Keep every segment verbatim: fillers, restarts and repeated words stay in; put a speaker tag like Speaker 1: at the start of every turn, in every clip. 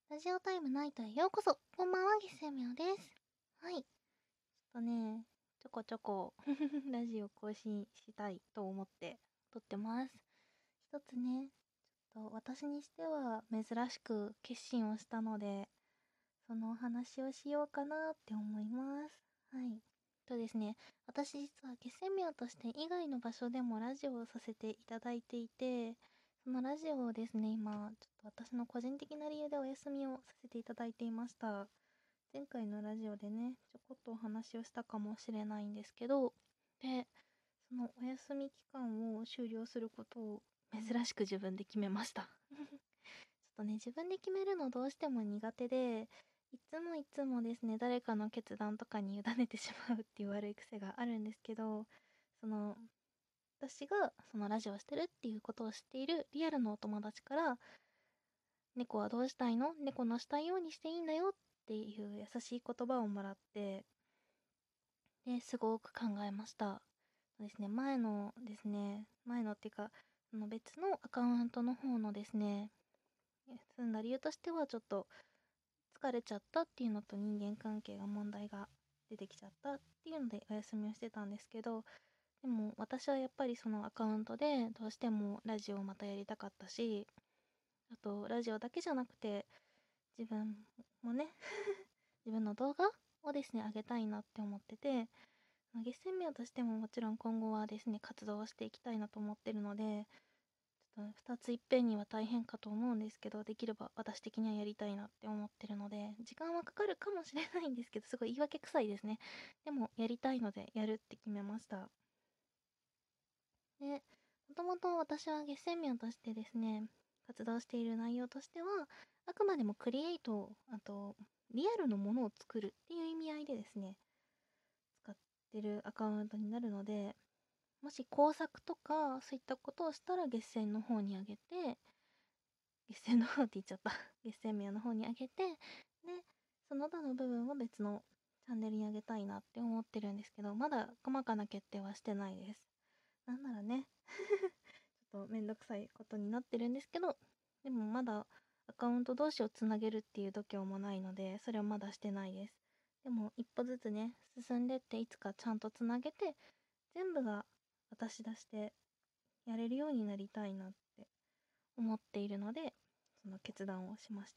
Speaker 1: ラジオタイムナイトへようこそ。こんばんは、ぎせみょうです。はい。ちょっとね、ちょこちょこラジオ更新したいと思って撮ってます。一つね、ちょっと私にしては珍しく決心をしたので、そのお話をしようかなって思います。はい。とですね、私実は気仙沼として以外の場所でもラジオをさせていただいていて、そのラジオをですね、今、ちょっと私の個人的な理由でお休みをさせていただいていました。前回のラジオでね、ちょこっとお話をしたかもしれないんですけど、で、そのお休み期間を終了することを珍しく自分で決めました。ちょっとね、自分で決めるのどうしても苦手で、いつもいつもですね、誰かの決断とかに委ねてしまうっていう悪い癖があるんですけど、その、私がそのラジオをしてるっていうことを知っているリアルのお友達から、猫はどうしたいの？猫のしたいようにしていいんだよっていう優しい言葉をもらって、で、すごく考えました。そうですね、前のですね、前のっていうか、その別のアカウントの方のですね、済んだ理由としてはちょっと疲れちゃったっていうのと人間関係が問題が出てきちゃったっていうのでお休みをしてたんですけど、でも私はやっぱりそのアカウントでどうしてもラジオをまたやりたかったし、あとラジオだけじゃなくて自分もね自分の動画をですね上げたいなって思ってて、月鮮明としてももちろん今後はですね活動をしていきたいなと思ってるので、ちょっとふたついっぺんには大変かと思うんですけど、できれば私的にはやりたいなって思ってるので、時間はかかるかもしれないんですけど、すごい言い訳臭いですね。でもやりたいのでやるって決めました。で、もともと私は月鮮明としてですね、活動している内容としては、あくまでもクリエイト、あとリアルのものを作るっていう意味合いでですね、使ってるアカウントになるので、もし工作とかそういったことをしたら月線の方にあげて、月線の方って言っちゃった月線名の方にあげて、でその他の部分を別のチャンネルにあげたいなって思ってるんですけど、まだ細かな決定はしてないです。なんならねちょっとめんどくさいことになってるんですけど、でもまだアカウント同士をつなげるっていう度胸もないので、それはまだしてないです。でも一歩ずつね進んでって、いつかちゃんとつなげて全部が私出してやれるようになりたいなって思っているので、その決断をしました。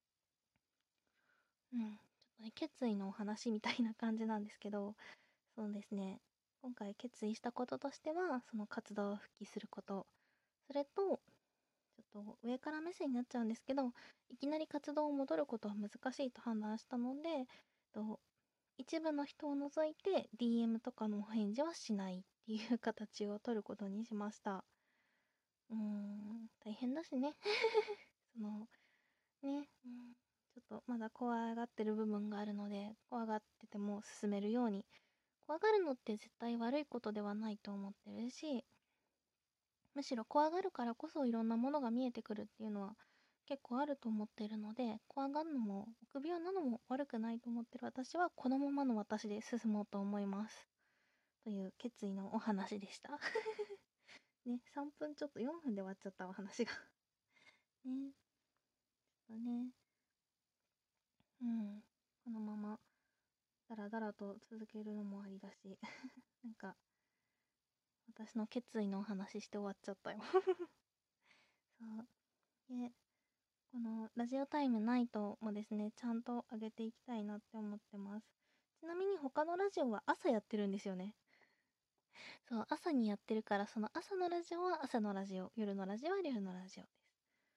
Speaker 1: うん、ちょっとね、決意のお話みたいな感じなんですけど、そうですね、今回決意したこととしては、その活動を復帰すること、それと、ちょっと上から目線になっちゃうんですけど、いきなり活動を戻ることは難しいと判断したので、と一部の人を除いて ディーエム とかのお返事はしないっていう形を取ることにしました。うーん、大変だしね。その、ね、うん、ちょっとまだ怖がってる部分があるので、怖がってても進めるように。怖がるのって絶対悪いことではないと思ってるし、むしろ怖がるからこそいろんなものが見えてくるっていうのは結構あると思ってるので、怖がるのも臆病なのも悪くないと思ってる私はこのままの私で進もうと思います。という決意のお話でした。ね、さんぷんちょっとよんぷんで終わっちゃったお話がね、ちょっとね、うん、このままだらだらと続けるのもありだしなんか私の決意のお話して終わっちゃったよそうで、このラジオタイムナイトもですねちゃんと上げていきたいなって思ってます。ちなみに他のラジオは朝やってるんですよね。そう朝にやってるから、その朝のラジオは朝のラジオ、夜のラジオは夜のラジオです。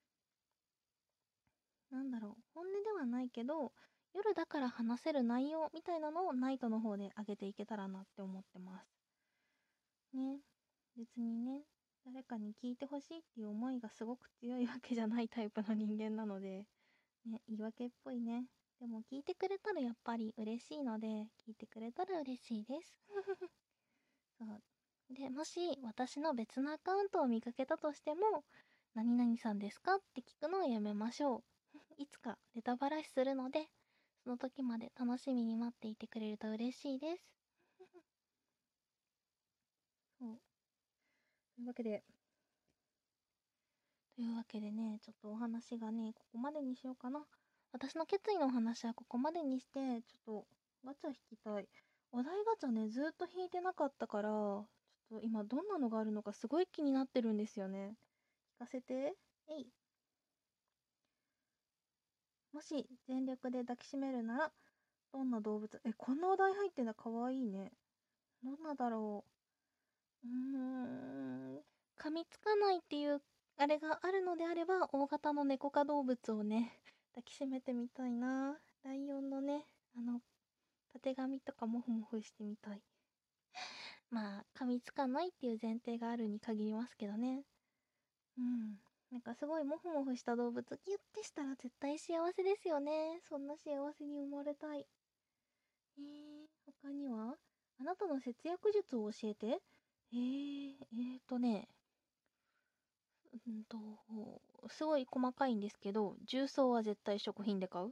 Speaker 1: なんだろう、本音ではないけど夜だから話せる内容みたいなのをナイトの方で上げていけたらなって思ってますね。別にね、誰かに聞いてほしいっていう思いがすごく強いわけじゃないタイプの人間なので、ね、言い訳っぽいね。でも聞いてくれたらやっぱり嬉しいので、聞いてくれたら嬉しいです。そうで、もし私の別のアカウントを見かけたとしても、何々さんですかって聞くのをやめましょう。いつかネタバラシするので、その時まで楽しみに待っていてくれると嬉しいです。そう。というわけで、というわけでね、ちょっとお話がね、ここまでにしようかな。 私の決意のお話はここまでにして、ちょっとガチャ引きたい。お題ガチャね、ずーっと引いてなかったから、ちょっと今どんなのがあるのかすごい気になってるんですよね。聞かせて。えい。もし全力で抱きしめるなら、どんな動物、え、こんなお題入ってんだ、かわいいね。どんなだろう。うーん、噛みつかないっていう、あれがあるのであれば、大型の猫科動物をね、抱きしめてみたいな。ライオンのね、あの、たてがみとかモフモフしてみたい。まあ、噛みつかないっていう前提があるに限りますけどね。うん。なんかすごいモフモフした動物、ギュッてしたら絶対幸せですよね。そんな幸せに生まれたい。えー、他にはあなたの節約術を教えて。えー、えーとね、うんと、すごい細かいんですけど、重曹は絶対食品で買う。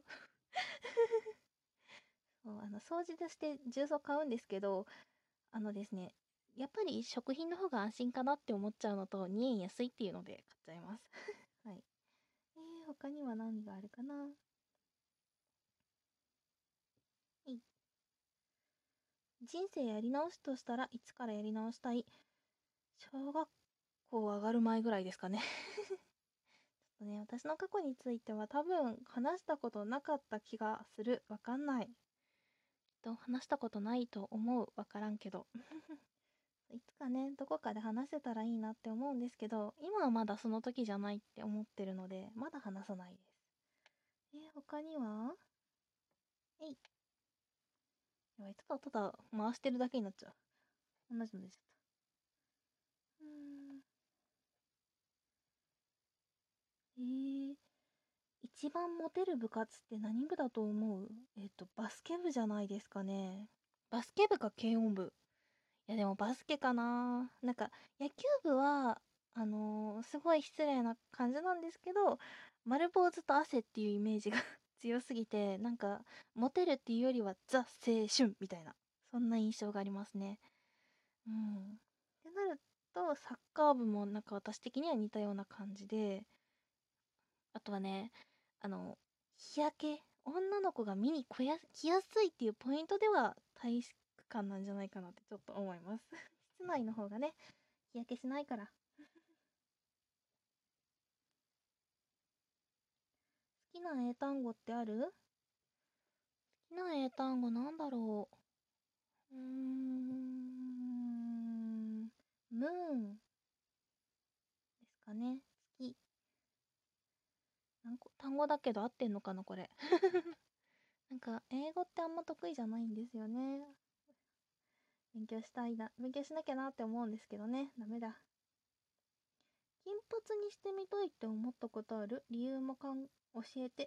Speaker 1: そう、あの、掃除として重曹買うんですけど、あのですね、やっぱり食品の方が安心かなって思っちゃうのと、にえん安いっていうので買っちゃいます。はい。えー、他には何があるかな。はい。人生やり直すとしたらいつからやり直したい？小学校上がる前ぐらいですかね。ちょっとね、私の過去については多分話したことなかった気がする。わかんない。きっと話したことないと思う。わからんけど。いつかね、どこかで話せたらいいなって思うんですけど、今はまだその時じゃないって思ってるので、まだ話さないです。えー、他にはえい。やばい、ただただ回してるだけになっちゃう。同じの出ちゃった。うーん。えー、一番モテる部活って何部だと思う？えっと、バスケ部じゃないですかね。バスケ部か軽音部。いやでもバスケかな。なんか野球部は、あのーすごい失礼な感じなんですけど、丸坊主と汗っていうイメージが強すぎて、なんかモテるっていうよりはザ青春みたいな、そんな印象がありますね。うん。ってなると、サッカー部もなんか私的には似たような感じで、あとはね、あの、日焼け、女の子が見に来や来やすいっていうポイントでは体育館なんじゃないかなってちょっと思います。室内の方がね、日焼けしないから。好きな英単語ってある？好きな英単語なんだろう。うーん、ムーンですかね。好き。なんこ単語だけど合ってんのかな、これ。なんか、英語ってあんま得意じゃないんですよね。勉強したいな、勉強しなきゃなって思うんですけどね。ダメだ。金髪にしてみたいって思ったことある？理由もかん、教えて。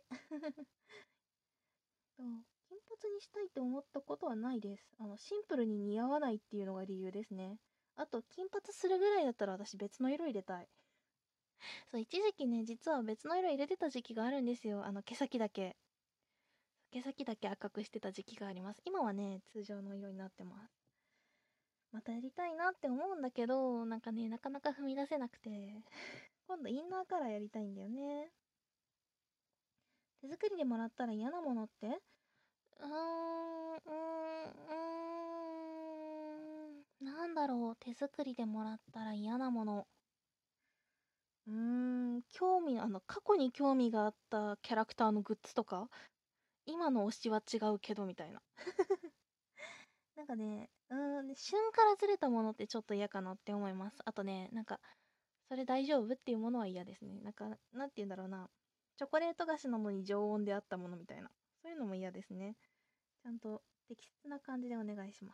Speaker 1: と金髪にしたいって思ったことはないです。あの、シンプルに似合わないっていうのが理由ですね。あと、金髪するぐらいだったら私別の色入れたい。そう、一時期ね、実は別の色入れてた時期があるんですよ。あの、毛先だけ。毛先だけ赤くしてた時期があります。今はね、通常の色になってます。またやりたいなって思うんだけど、なんかね、なかなか踏み出せなくて。今度インナーカラーやりたいんだよね。手作りでもらったら嫌なものって？うーん、うーん、うーん、なんだろう、手作りでもらったら嫌なもの。うーん、興味、あの、過去に興味があったキャラクターのグッズとか、今の推しは違うけど、みたいな。なんかね、うーん、旬からずれたものってちょっと嫌かなって思います。あとね、なんか、それ大丈夫っていうものは嫌ですね。なんか、なんて言うんだろうな。チョコレート菓子なのに常温であったものみたいな。そういうのも嫌ですね。ちゃんと適切な感じでお願いします。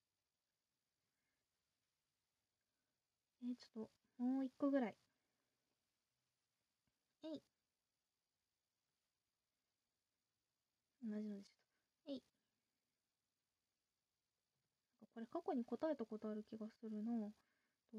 Speaker 1: えー、ちょっと、もう一個ぐらい。えい。同じのでちょっと。えい。なんかこれ過去に答えたことある気がするな。と、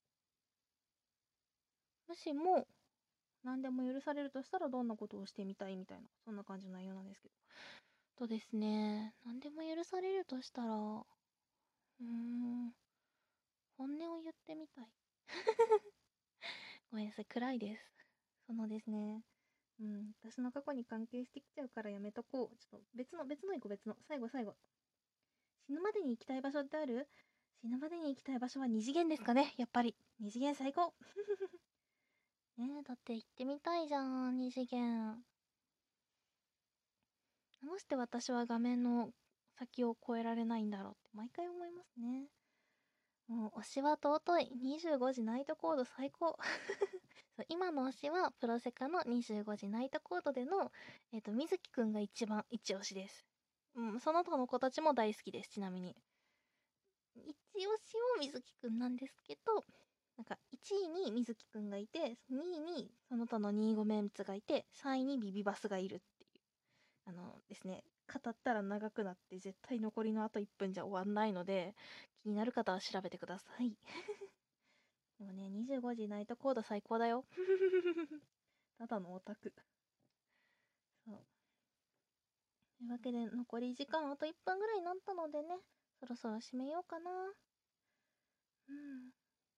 Speaker 1: もしも何でも許されるとしたらどんなことをしてみたいみたいな、そんな感じの内容なんですけど。とですね、何でも許されるとしたら、うーん、本音を言ってみたい。ごめんなさい、暗いです。そのですね、うん、 私の過去に関係してきちゃうからやめとこう。ちょっと別の、別の行こう、別の。最後、最後。死ぬまでに行きたい場所ってある？死ぬまでに行きたい場所は二次元ですかね、やっぱり。二次元最高ねえ、だって行ってみたいじゃん、二次元。どうして私は画面の先を越えられないんだろうって毎回思いますね。もう推しは尊い。にじゅうごじナイトコード最高。そう今の推しはプロセカのにじゅうごじナイトコードでの、えっ、と、水木くんが一番一押しです。うん、その他の子たちも大好きです、ちなみに。一押しは水木くんなんですけど、なんかいちいに水木くんがいて、にいにその他のにじゅうごメンツがいて、さんいにビビバスがいるっていう。あのですね、語ったら長くなって絶対残りのあといっぷんじゃ終わんないので、気になる方は調べてください。でもね、にじゅうごじナイトコード最高だよ。ただのオタク。そう。というわけで、残り時間あといっぷんぐらいになったのでね、そろそろ締めようかな。うん。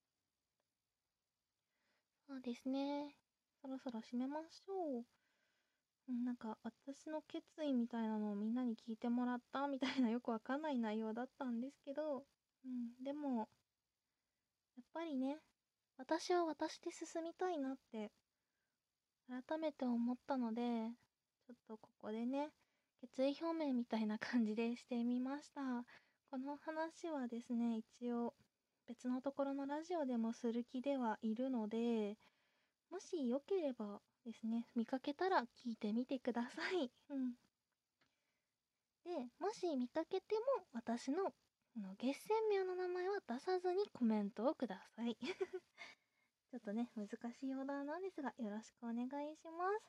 Speaker 1: そうですね。そろそろ締めましょう。うん、なんか、私の決意みたいなのをみんなに聞いてもらったみたいなよくわかんない内容だったんですけど、うん、でも、やっぱりね、私は私で進みたいなって改めて思ったので、ちょっとここでね、決意表明みたいな感じでしてみました。この話はですね、一応別のところのラジオでもする気ではいるので、もしよければですね、見かけたら聞いてみてください。うん。で、もし見かけても私のあの月泉名の名前は出さずにコメントをください。ちょっとね、難しいオーダーなんですが、よろしくお願いします。